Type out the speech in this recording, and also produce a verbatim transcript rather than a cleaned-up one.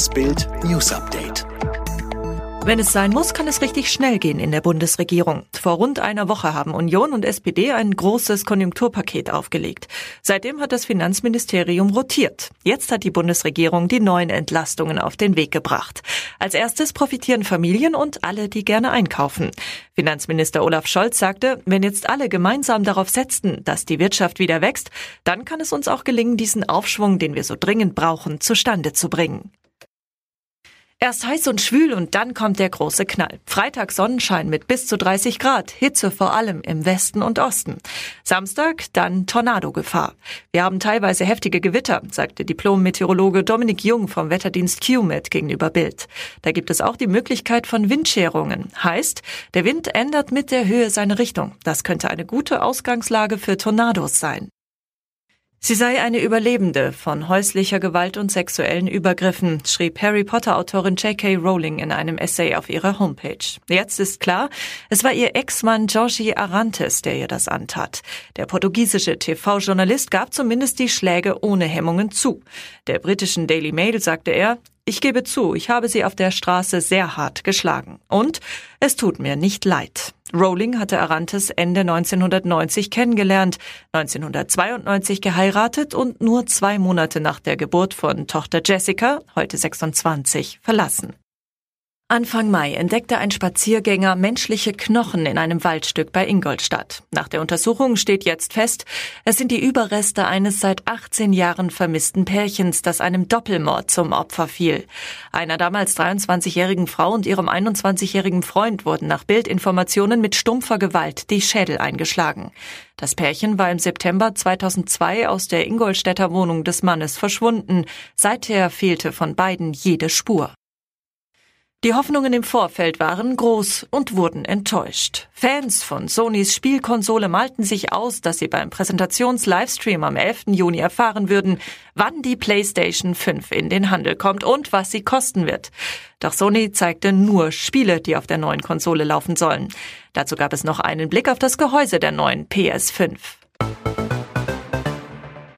Das Bild News Update. Wenn es sein muss, kann es richtig schnell gehen in der Bundesregierung. Vor rund einer Woche haben Union und S P D ein großes Konjunkturpaket aufgelegt. Seitdem hat das Finanzministerium rotiert. Jetzt hat die Bundesregierung die neuen Entlastungen auf den Weg gebracht. Als erstes profitieren Familien und alle, die gerne einkaufen. Finanzminister Olaf Scholz sagte, wenn jetzt alle gemeinsam darauf setzten, dass die Wirtschaft wieder wächst, dann kann es uns auch gelingen, diesen Aufschwung, den wir so dringend brauchen, zustande zu bringen. Erst heiß und schwül und dann kommt der große Knall. Freitag Sonnenschein mit bis zu dreißig Grad, Hitze vor allem im Westen und Osten. Samstag dann Tornadogefahr. Wir haben teilweise heftige Gewitter, sagte Diplom-Meteorologe Dominik Jung vom Wetterdienst Q M E D gegenüber Bild. Da gibt es auch die Möglichkeit von Windscherungen. Heißt, der Wind ändert mit der Höhe seine Richtung. Das könnte eine gute Ausgangslage für Tornados sein. Sie sei eine Überlebende von häuslicher Gewalt und sexuellen Übergriffen, schrieb Harry-Potter-Autorin J K Rowling in einem Essay auf ihrer Homepage. Jetzt ist klar, es war ihr Ex-Mann Jorge Arantes, der ihr das antat. Der portugiesische T V-Journalist gab zumindest die Schläge ohne Hemmungen zu. Der britischen Daily Mail sagte er, ich gebe zu, ich habe sie auf der Straße sehr hart geschlagen. Und es tut mir nicht leid. Rowling hatte Arantes Ende neunzehnhundertneunzig kennengelernt, neunzehnhundertzweiundneunzig geheiratet und nur zwei Monate nach der Geburt von Tochter Jessica, heute sechsundzwanzig, verlassen. Anfang Mai entdeckte ein Spaziergänger menschliche Knochen in einem Waldstück bei Ingolstadt. Nach der Untersuchung steht jetzt fest, es sind die Überreste eines seit achtzehn Jahren vermissten Pärchens, das einem Doppelmord zum Opfer fiel. Einer damals dreiundzwanzigjährigen Frau und ihrem einundzwanzigjährigen Freund wurden nach Bildinformationen mit stumpfer Gewalt die Schädel eingeschlagen. Das Pärchen war im September zweitausendzwei aus der Ingolstädter Wohnung des Mannes verschwunden. Seither fehlte von beiden jede Spur. Die Hoffnungen im Vorfeld waren groß und wurden enttäuscht. Fans von Sonys Spielkonsole malten sich aus, dass sie beim Präsentations-Livestream am elften Juni erfahren würden, wann die PlayStation fünf in den Handel kommt und was sie kosten wird. Doch Sony zeigte nur Spiele, die auf der neuen Konsole laufen sollen. Dazu gab es noch einen Blick auf das Gehäuse der neuen P S fünf.